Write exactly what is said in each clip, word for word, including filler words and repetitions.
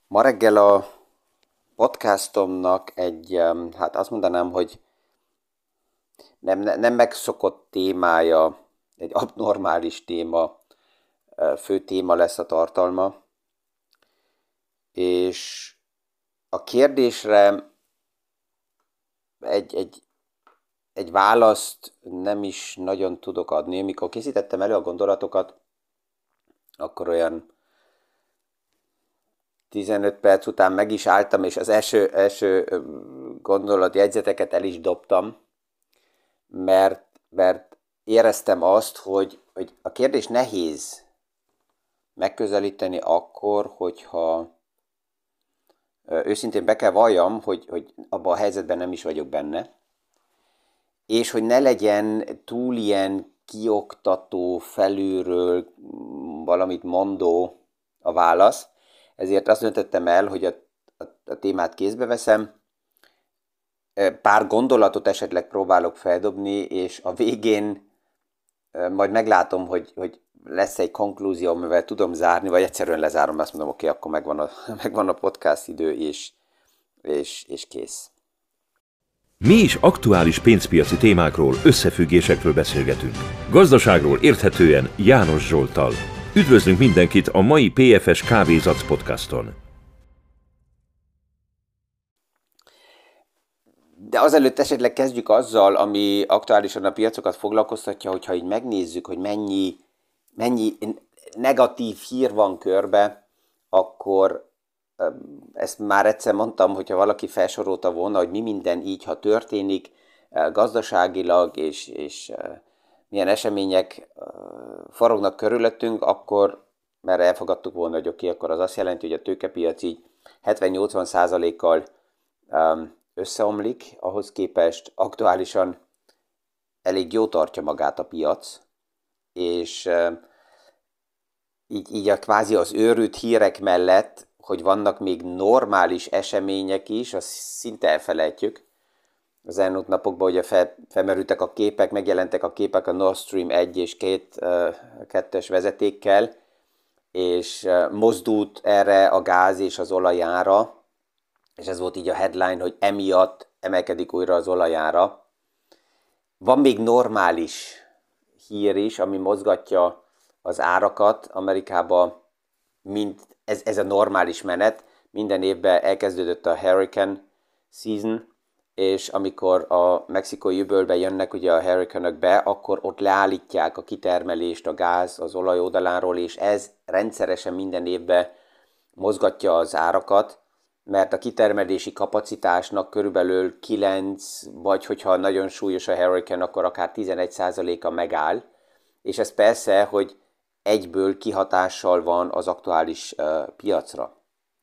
Ma reggel a podcastomnak egy, em, hát azt mondanám, hogy nem, ne- nem megszokott témája, egy abnormális téma, eh, fő téma lesz a tartalma, és a kérdésre egy, egy, egy választ nem is nagyon tudok adni. Mikor készítettem elő a gondolatokat, akkor olyan tizenöt perc után meg is álltam, és az első, első ö, gondolatjegyzeteket el is dobtam, mert, mert éreztem azt, hogy, hogy a kérdés nehéz megközelíteni akkor, hogyha ö, őszintén be kell valljam, hogy, hogy abban a helyzetben nem is vagyok benne, és hogy ne legyen túl ilyen kioktató, felülről mm, valamit mondó a válasz, ezért azt döntöttem el, hogy a, a, a témát kézbe veszem, pár gondolatot esetleg próbálok feldobni, és a végén majd meglátom, hogy, hogy lesz egy konklúzió, amivel tudom zárni, vagy egyszerűen lezárom, azt mondom, oké, okay, akkor megvan a, megvan a podcast idő, és, és, és kész. Mi is aktuális pénzpiaci témákról, összefüggésekről beszélgetünk. Gazdaságról érthetően János Zsolttal. Üdvözlünk mindenkit a mai pé ef es Kávézac podcaston. De azelőtt esetleg kezdjük azzal, ami aktuálisan a piacokat foglalkoztatja, hogyha így megnézzük, hogy mennyi, mennyi negatív hír van körbe, akkor ezt már egyszer mondtam, hogyha valaki felsorolta volna, hogy mi minden így, ha történik gazdaságilag, és, és milyen események forognak körülöttünk, akkor mert elfogadtuk volna, hogy oké, okay, akkor az azt jelenti, hogy a tőkepiac így hetven-nyolcvan százalékkal összeomlik, ahhoz képest aktuálisan elég jó tartja magát a piac, és így, így a kvázi az őrült hírek mellett, hogy vannak még normális események is, azt szinte elfelejtjük. Az elmúlt napokban ugye fel, felmerültek a képek, megjelentek a képek a Nord Stream egy és kettes vezetékkel, és mozdult erre a gáz és az olajára, és ez volt így a headline, hogy emiatt emelkedik újra az olajára. Van még normális hír is, ami mozgatja az árakat. Amerikában mind, ez, ez a normális menet. Minden évben elkezdődött a hurricane season, és amikor a mexikói öbölbe jönnek ugye a hurrikanök be, akkor ott leállítják a kitermelést, a gáz az olaj oldaláról, és ez rendszeresen minden évben mozgatja az árakat, mert a kitermelési kapacitásnak körülbelül kilenc, vagy hogyha nagyon súlyos a hurricane, akkor akár tizenegy százaléka megáll, és ez persze, hogy egyből kihatással van az aktuális uh, piacra.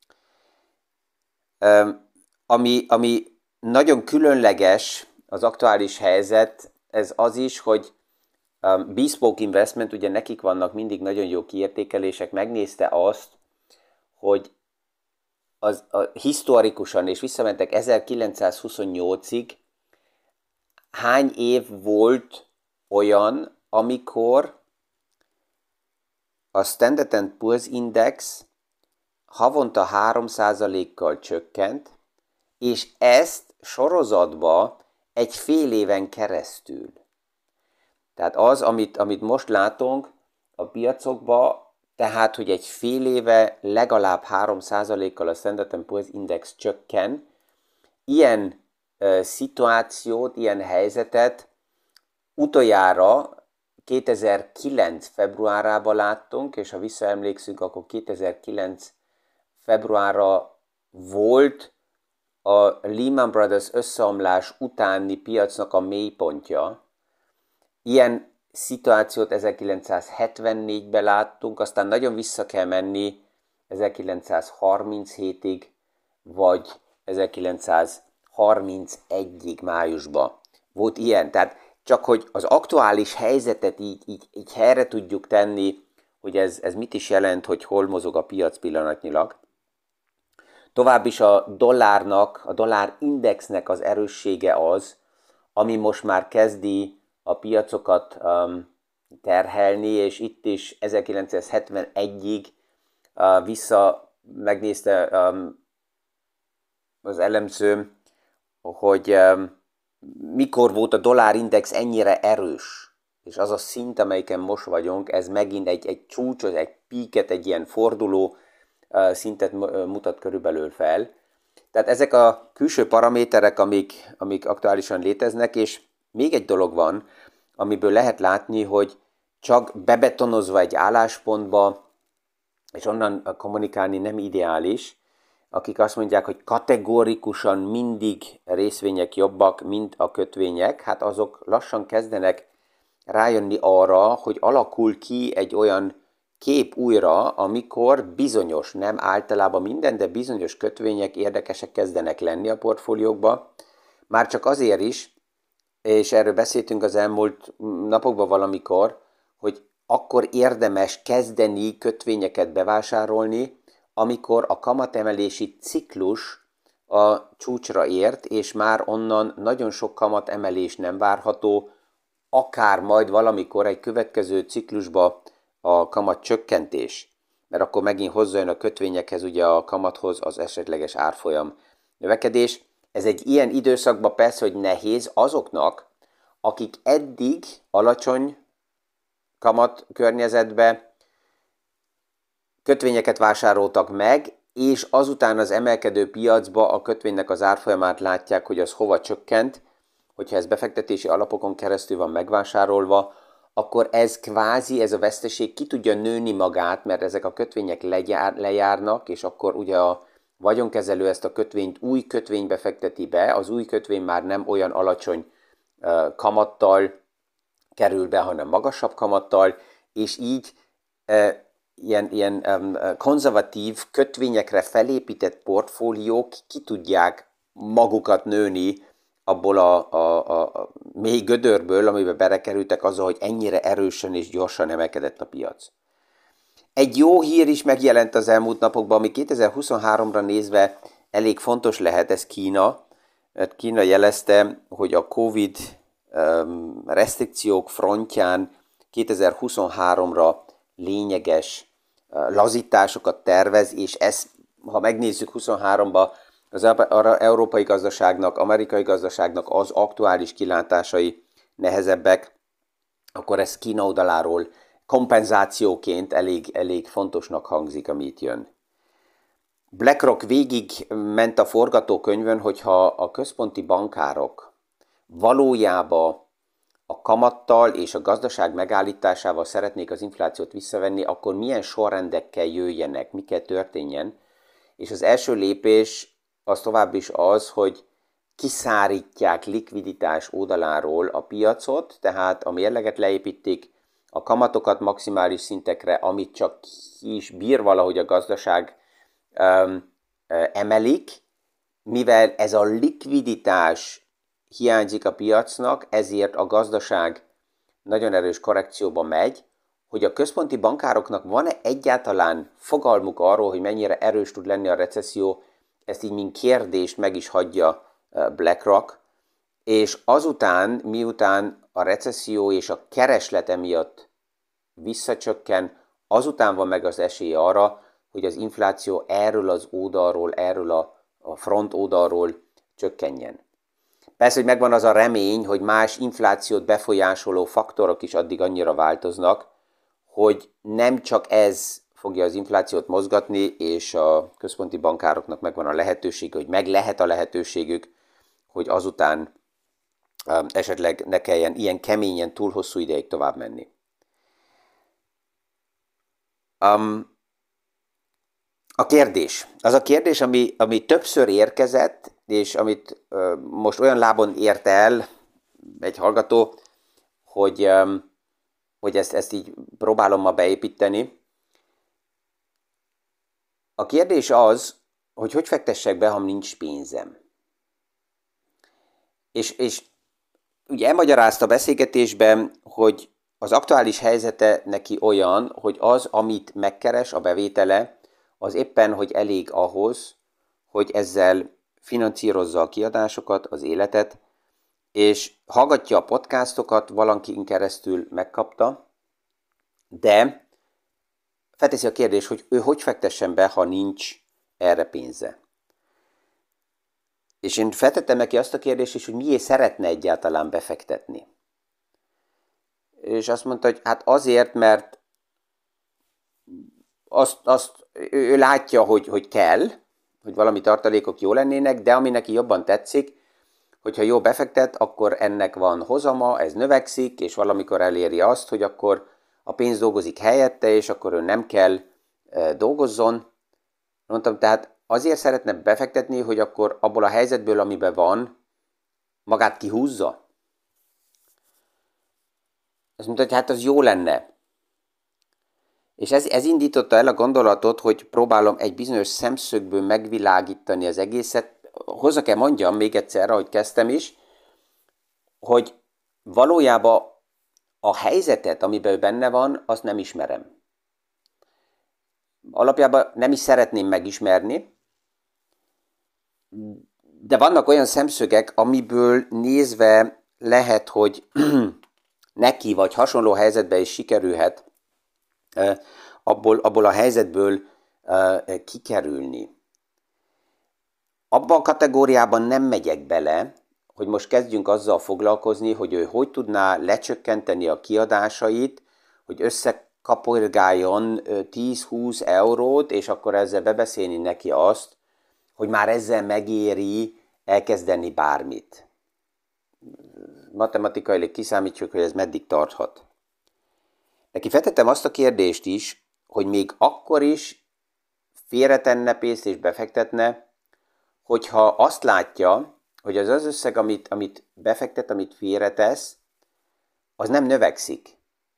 Um, ami, ami nagyon különleges az aktuális helyzet, ez az is, hogy um, Bespoke Investment, ugye nekik vannak mindig nagyon jó kiértékelések, megnézte azt, hogy az, a, historikusan, és visszamentek ezerkilencszázhuszonnyolcig, hány év volt olyan, amikor a Standard and Poor's Index havonta három százalékkal csökkent, és ezt sorozatba egy fél éven keresztül. Tehát az, amit, amit most látunk a piacokban, tehát, hogy egy fél éve legalább három százalékkal a Standard and Poor's Index csökken, ilyen uh, szituációt, ilyen helyzetet utoljára kétezer-kilenc februárában láttunk, és ha visszaemlékszünk, akkor kétezer-kilenc februárra volt a Lehman Brothers összeomlás utáni piacnak a mélypontja. Ilyen szituációt ezerkilencszázhetvennégyben láttunk, aztán nagyon vissza kell menni ezerkilencszázharminchétig, vagy ezerkilencszázharmincegyig májusban. Volt ilyen, tehát csak hogy az aktuális helyzetet így, így, így helyre tudjuk tenni, hogy ez, ez mit is jelent, hogy hol mozog a piac pillanatnyilag. Tovább is a dollárnak, a dollár indexnek az erőssége az, ami most már kezdi a piacokat um, terhelni, és itt is ezerkilencszázhetvenegyig uh, vissza megnézte um, az elemző, hogy um, mikor volt a dollárindex ennyire erős, és az a szint, amelyiken most vagyunk, ez megint egy, egy csúcsot, egy píket, egy ilyen forduló uh, szintet mutat körülbelül fel. Tehát ezek a külső paraméterek, amik, amik aktuálisan léteznek, és még egy dolog van, amiből lehet látni, hogy csak bebetonozva egy álláspontba, és onnan kommunikálni nem ideális, akik azt mondják, hogy kategórikusan mindig részvények jobbak, mint a kötvények, hát azok lassan kezdenek rájönni arra, hogy alakul ki egy olyan kép újra, amikor bizonyos, nem általában minden, de bizonyos kötvények érdekesek kezdenek lenni a portfóliókba. Már csak azért is, és erről beszéltünk az elmúlt napokban valamikor, hogy akkor érdemes kezdeni kötvényeket bevásárolni, amikor a kamatemelési ciklus a csúcsra ért, és már onnan nagyon sok kamatemelés nem várható, akár majd valamikor egy következő ciklusba a kamat csökkentés, mert akkor megint hozzájön a kötvényekhez, ugye a kamathoz az esetleges árfolyam növekedés. Ez egy ilyen időszakban persze, hogy nehéz azoknak, akik eddig alacsony kamat környezetbe kötvényeket vásároltak meg, és azután az emelkedő piacba a kötvénynek az árfolyamát látják, hogy az hova csökkent, hogyha ez befektetési alapokon keresztül van megvásárolva, akkor ez kvázi, ez a veszteség ki tudja nőni magát, mert ezek a kötvények lejár, lejárnak, és akkor ugye a vagyonkezelő ezt a kötvényt új kötvénybe fekteti be, az új kötvény már nem olyan alacsony uh, kamattal kerül be, hanem magasabb kamattal, és így uh, ilyen, ilyen um, konzervatív kötvényekre felépített portfóliók ki tudják magukat nőni abból a, a, a, a mély gödörből, amiben belekerültek azzal, hogy ennyire erősen és gyorsan emelkedett a piac. Egy jó hír is megjelent az elmúlt napokban, ami kétezer-huszonháromra nézve elég fontos lehet, ez Kína. Mert Kína jelezte, hogy a Covid um, restrikciók frontján kétezer-huszonháromra lényeges uh, lazításokat tervez, és ezt, ha megnézzük huszonháromba, az európai gazdaságnak, amerikai gazdaságnak az aktuális kilátásai nehezebbek, akkor ez Kína oldaláról kompenzációként elég, elég fontosnak hangzik, amit jön. BlackRock végig ment a forgatókönyvön, hogyha a központi bankárok valójában a kamattal és a gazdaság megállításával szeretnék az inflációt visszavenni, akkor milyen sorrendekkel jöjjenek, mi kell történjen. És az első lépés az tovább is az, hogy kiszárítják likviditás oldaláról a piacot, tehát a mérleget leépítik, a kamatokat maximális szintekre, amit csak ki is bír valahogy a gazdaság um, emelik, mivel ez a likviditás hiányzik a piacnak, ezért a gazdaság nagyon erős korrekcióba megy, hogy a központi bankároknak van-e egyáltalán fogalmuk arról, hogy mennyire erős tud lenni a recesszió, ezt így mint kérdést meg is hagyja BlackRock, és azután, miután a recesszió és a kereslete miatt visszacsökken, azután van meg az esély arra, hogy az infláció erről az oldalról, erről a, a front oldalról csökkenjen. Persze, hogy megvan az a remény, hogy más inflációt befolyásoló faktorok is addig annyira változnak, hogy nem csak ez fogja az inflációt mozgatni, és a központi bankároknak megvan a lehetőség, hogy meg lehet a lehetőségük, hogy azután um, esetleg ne kelljen ilyen keményen túl hosszú ideig tovább menni. Um, a kérdés. Az a kérdés, ami, ami többször érkezett, és amit uh, most olyan lábon ért el egy hallgató, hogy, um, hogy ezt, ezt így próbálom ma beépíteni. A kérdés az, hogy hogy fektessek be, ha nincs pénzem. És, és ugye elmagyarázta a beszélgetésben, hogy az aktuális helyzete neki olyan, hogy az, amit megkeres, a bevétele, az éppen, hogy elég ahhoz, hogy ezzel finanszírozza a kiadásokat, az életet, és hallgatja a podcastokat, valakin keresztül megkapta, de felteszi a kérdés, hogy ő hogy fektessen be, ha nincs erre pénze. És én feltettem neki azt a kérdést is, hogy miért szeretne egyáltalán befektetni. És azt mondta, hogy hát azért, mert azt, azt ő, ő látja, hogy, hogy kell, hogy valami tartalékok jó lennének, de ami neki jobban tetszik, hogyha jó befektet, akkor ennek van hozama, ez növekszik, és valamikor eléri azt, hogy akkor a pénz dolgozik helyette, és akkor ő nem kell e, dolgozzon. Mondtam, tehát azért szeretne befektetni, hogy akkor abból a helyzetből, amiben van, magát kihúzza. Azt mondta, hogy hát az jó lenne. És ez, ez indította el a gondolatot, hogy próbálom egy bizonyos szemszögből megvilágítani az egészet. Hozzá kell mondjam még egyszer, ahogy kezdtem is, hogy valójában a helyzetet, amiben ő benne van, azt nem ismerem. Alapjában nem is szeretném megismerni, de vannak olyan szemszögek, amiből nézve lehet, hogy neki vagy hasonló helyzetben is sikerülhet abból, abból a helyzetből kikerülni. Abban a kategóriában nem megyek bele, hogy most kezdjünk azzal foglalkozni, hogy ő hogy tudná lecsökkenteni a kiadásait, hogy összekapolgáljon tíz-húsz eurót, és akkor ezzel bebeszélni neki azt, hogy már ezzel megéri elkezdeni bármit. Matematikailag kiszámítsuk, hogy ez meddig tarthat. Neki feltettem azt a kérdést is, hogy még akkor is félretenne pénzt és befektetne, hogyha azt látja, hogy az az összeg, amit, amit befektet, amit félretesz, az nem növekszik.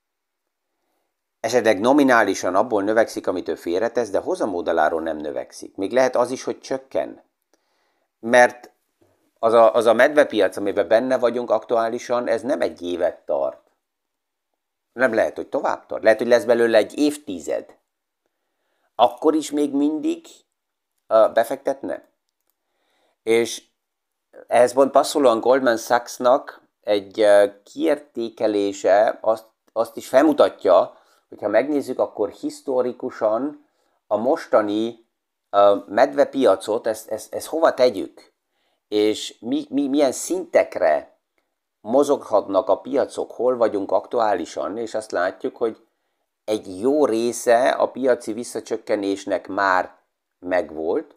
Esetleg nominálisan abból növekszik, amit ő félretesz, de hozamoldaláról nem növekszik. Még lehet az is, hogy csökken. Mert az a, az a medvepiac, amiben benne vagyunk aktuálisan, ez nem egy évet tart. Nem lehet, hogy tovább tart. Lehet, hogy lesz belőle egy évtized. Akkor is még mindig uh, befektetne. És ehhez pont passzolóan Goldman Sachsnak egy uh, kiértékelése azt, azt is felmutatja, hogyha megnézzük, akkor historikusan a mostani uh, medvepiacot, ezt, ezt, ezt hova tegyük? És mi, mi, milyen szintekre mozoghatnak a piacok, hol vagyunk aktuálisan, és azt látjuk, hogy egy jó része a piaci visszacsökkenésnek már megvolt,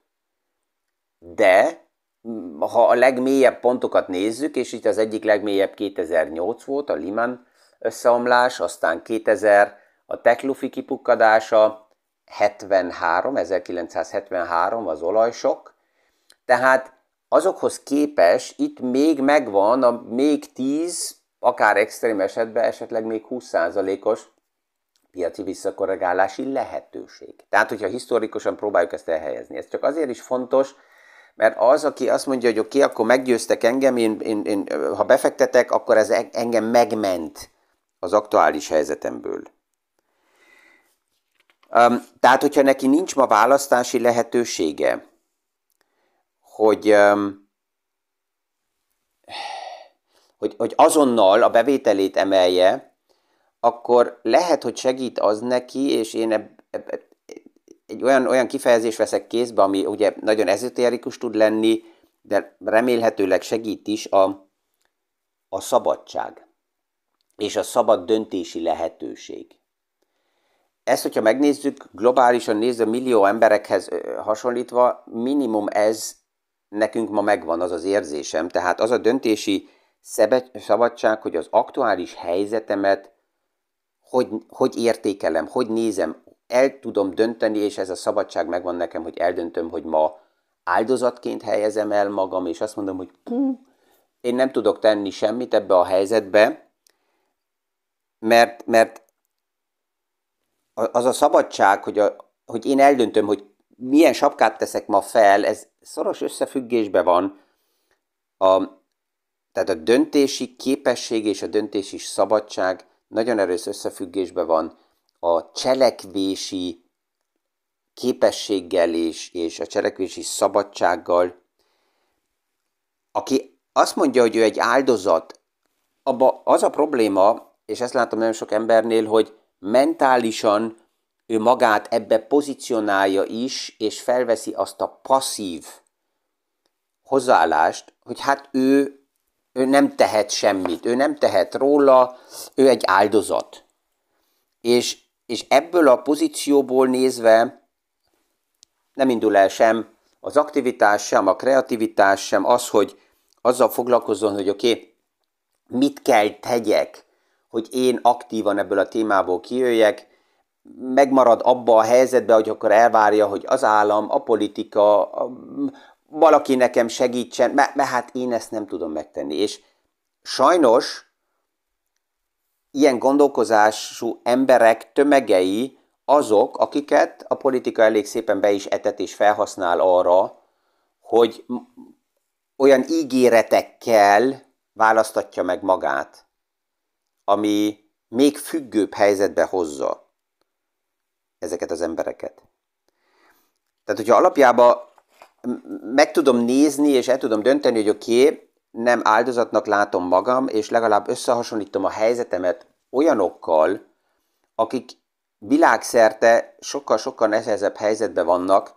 de ha a legmélyebb pontokat nézzük, és itt az egyik legmélyebb kétezer-nyolc volt, a Lehman összeomlás, aztán kétezer a tech lufi kipukkadása, hetvenhárom, ezerkilencszázhetvenhárom az olajsok, tehát azokhoz képes itt még megvan a még tíz, akár extrém esetben esetleg még húsz százalékos piaci visszakorrigálási lehetőség. Tehát, hogyha historikusan próbáljuk ezt elhelyezni. Ez csak azért is fontos, mert az, aki azt mondja, hogy oké, okay, akkor meggyőztek engem, én, én, én, ha befektetek, akkor ez engem megment az aktuális helyzetemből. Um, tehát, hogyha neki nincs ma választási lehetősége, hogy, um, hogy, hogy azonnal a bevételét emelje, akkor lehet, hogy segít az neki, és én eb, eb, egy olyan, olyan kifejezést veszek kézbe, ami ugye nagyon ezotérikus tud lenni, de remélhetőleg segít is a, a szabadság és a szabad döntési lehetőség. Ezt, hogyha megnézzük, globálisan nézve millió emberekhez hasonlítva, minimum ez nekünk ma megvan, az az érzésem. Tehát az a döntési szabadság, hogy az aktuális helyzetemet hogy, hogy értékelem, hogy nézem, el tudom dönteni, és ez a szabadság megvan nekem, hogy eldöntöm, hogy ma áldozatként helyezem el magam, és azt mondom, hogy puh, én nem tudok tenni semmit ebbe a helyzetbe, mert, mert az a szabadság, hogy, a, hogy én eldöntöm, hogy milyen sapkát teszek ma fel, ez szoros összefüggésben van. A, tehát a döntési képesség és a döntési szabadság nagyon erős összefüggésben van a cselekvési képességgel és, és a cselekvési szabadsággal. Aki azt mondja, hogy ő egy áldozat, abba az a probléma, és ezt látom nagyon sok embernél, hogy mentálisan ő magát ebbe pozícionálja is, és felveszi azt a passzív hozzáállást, hogy hát ő, ő nem tehet semmit, ő nem tehet róla, ő egy áldozat. És, és ebből a pozícióból nézve nem indul el sem az aktivitás, sem a kreativitás, sem az, hogy azzal foglalkozzon, hogy oké, okay, mit kell tegyek, hogy én aktívan ebből a témából kijöjjek, megmarad abba a helyzetbe, hogy akkor elvárja, hogy az állam, a politika, a, valaki nekem segítsen, mert, mert hát én ezt nem tudom megtenni. És sajnos ilyen gondolkozású emberek tömegei azok, akiket a politika elég szépen be is etet és felhasznál arra, hogy olyan ígéretekkel választatja meg magát, ami még függőbb helyzetbe hozza ezeket az embereket. Tehát, hogyha alapjában meg tudom nézni, és el tudom dönteni, hogy oké, okay, nem áldozatnak látom magam, és legalább összehasonlítom a helyzetemet olyanokkal, akik világszerte sokkal-sokkal nehezebb helyzetben vannak,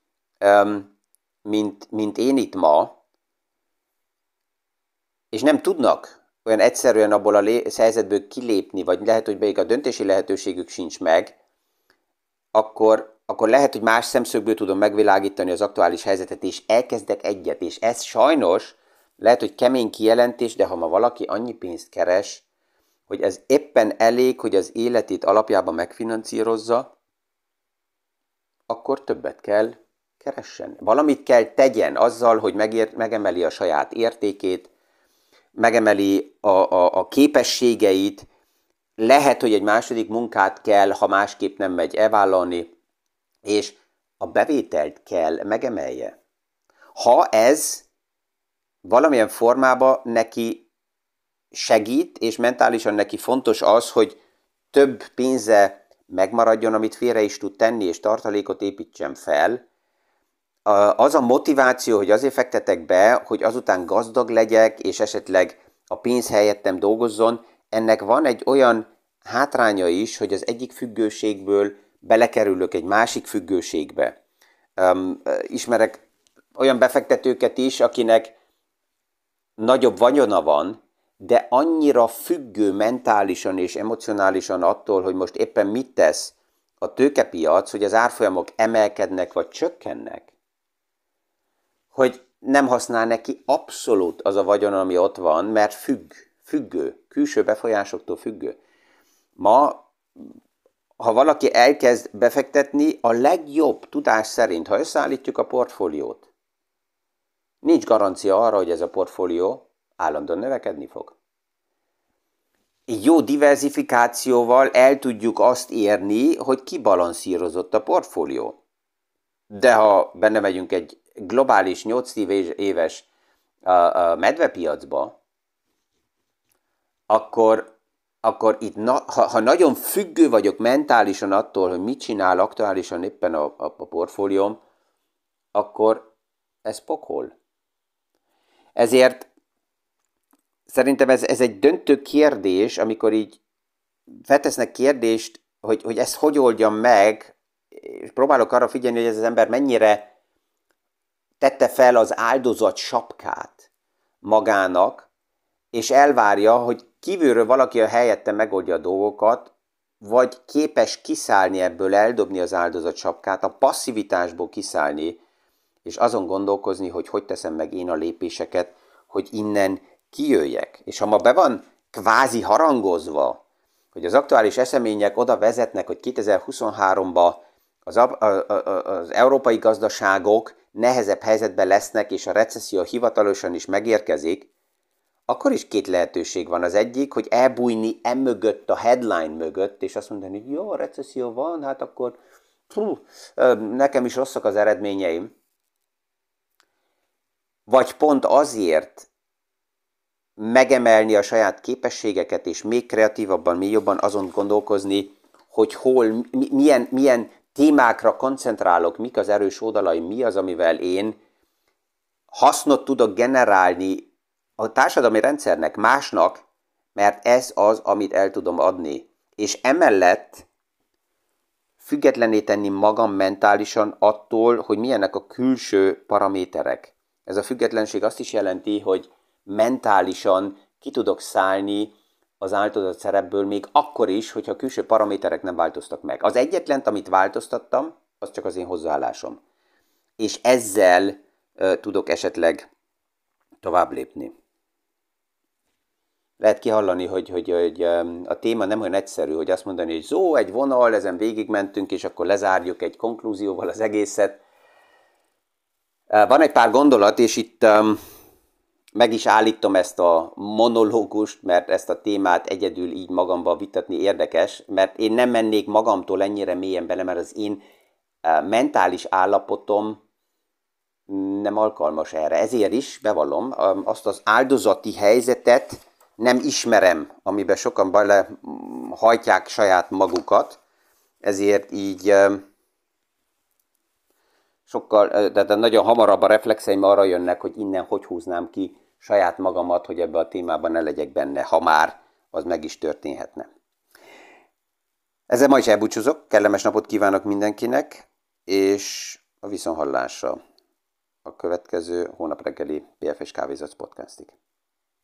mint, mint én itt ma, és nem tudnak olyan egyszerűen abból a helyzetből kilépni, vagy lehet, hogy még a döntési lehetőségük sincs meg, akkor, akkor lehet, hogy más szemszögből tudom megvilágítani az aktuális helyzetet, és elkezdek egyet, és ez sajnos lehet, hogy kemény kijelentés, de ha ma valaki annyi pénzt keres, hogy ez éppen elég, hogy az életét alapjában megfinanszírozza, akkor többet kell keressen. Valamit kell tegyen azzal, hogy megér, megemeli a saját értékét, megemeli a, a, a képességeit, lehet, hogy egy második munkát kell, ha másképp nem megy elvállalni, és a bevételt kell megemelje. Ha ez valamilyen formában neki segít, és mentálisan neki fontos az, hogy több pénze megmaradjon, amit félre is tud tenni, és tartalékot építsen fel, az a motiváció, hogy azért fektetek be, hogy azután gazdag legyek, és esetleg a pénz helyettem dolgozzon, ennek van egy olyan hátránya is, hogy az egyik függőségből belekerülök egy másik függőségbe. Um, ismerek olyan befektetőket is, akinek nagyobb vagyona van, de annyira függő mentálisan és emocionálisan attól, hogy most éppen mit tesz a tőkepiac, hogy az árfolyamok emelkednek vagy csökkennek, hogy nem használ neki abszolút az a vagyon, ami ott van, mert függ, függő, külső befolyásoktól függő. Ma, ha valaki elkezd befektetni, a legjobb tudás szerint, ha összeállítjuk a portfóliót, nincs garancia arra, hogy ez a portfólió állandóan növekedni fog. Egy jó diversifikációval el tudjuk azt érni, hogy kibalanszírozott a portfólió. De ha benne megyünk egy globális nyolc éves medvepiacba, akkor, akkor itt, na, ha, ha nagyon függő vagyok mentálisan attól, hogy mit csinál aktuálisan éppen a, a, a portfólióm, akkor ez pokol. Ezért szerintem ez, ez egy döntő kérdés, amikor így feltesznek kérdést, hogy, hogy ezt hogy oldjam meg, és próbálok arra figyelni, hogy ez az ember mennyire tette fel az áldozat sapkát magának, és elvárja, hogy kívülről valaki a helyette megoldja a dolgokat, vagy képes kiszállni ebből, eldobni az áldozat sapkát, a passzivitásból kiszállni, és azon gondolkozni, hogy hogy teszem meg én a lépéseket, hogy innen kijöjjek. És ha ma be van kvázi harangozva, hogy az aktuális események oda vezetnek, hogy kétezer-huszonháromban az, az európai gazdaságok nehezebb helyzetben lesznek, és a recesszió hivatalosan is megérkezik, akkor is két lehetőség van. Az egyik, hogy elbújni emögött, a headline mögött, és azt mondani, hogy jó, a recesszió van, hát akkor hú, nekem is rosszak az eredményeim. Vagy pont azért megemelni a saját képességeket, és még kreatívabban, még jobban azon gondolkozni, hogy hol, milyen, milyen témákra koncentrálok, mik az erős oldalaim, mi az, amivel én hasznot tudok generálni a társadalmi rendszernek, másnak, mert ez az, amit el tudom adni. És emellett függetlenné tenni magam mentálisan attól, hogy milyenek a külső paraméterek. Ez a függetlenség azt is jelenti, hogy mentálisan ki tudok szállni az áldozat szerepből még akkor is, hogyha a külső paraméterek nem változtak meg. Az egyetlen, amit változtattam, az csak az én hozzáállásom. És ezzel uh, tudok esetleg tovább lépni. Lehet kihallani, hogy, hogy, hogy a téma nem olyan egyszerű, hogy azt mondani, hogy zó, egy vonal, ezen végigmentünk, és akkor lezárjuk egy konklúzióval az egészet. Van egy pár gondolat, és itt um, meg is állítom ezt a monológust, mert ezt a témát egyedül így magamban vitatni érdekes, mert én nem mennék magamtól ennyire mélyen bele, mert az én uh, mentális állapotom nem alkalmas erre. Ezért is, bevallom, um, azt az áldozati helyzetet nem ismerem, amiben sokan bele hajtják saját magukat, ezért így sokkal, de nagyon hamarabb a reflexeim arra jönnek, hogy innen hogy húznám ki saját magamat, hogy ebbe a témában ne legyek benne, ha már az meg is történhetne. Ezzel ma is elbúcsúzok, kellemes napot kívánok mindenkinek, és a viszonthallásra a következő hónap reggeli pé ef es Kávézac podcastig.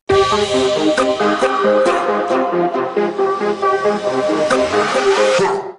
Huh.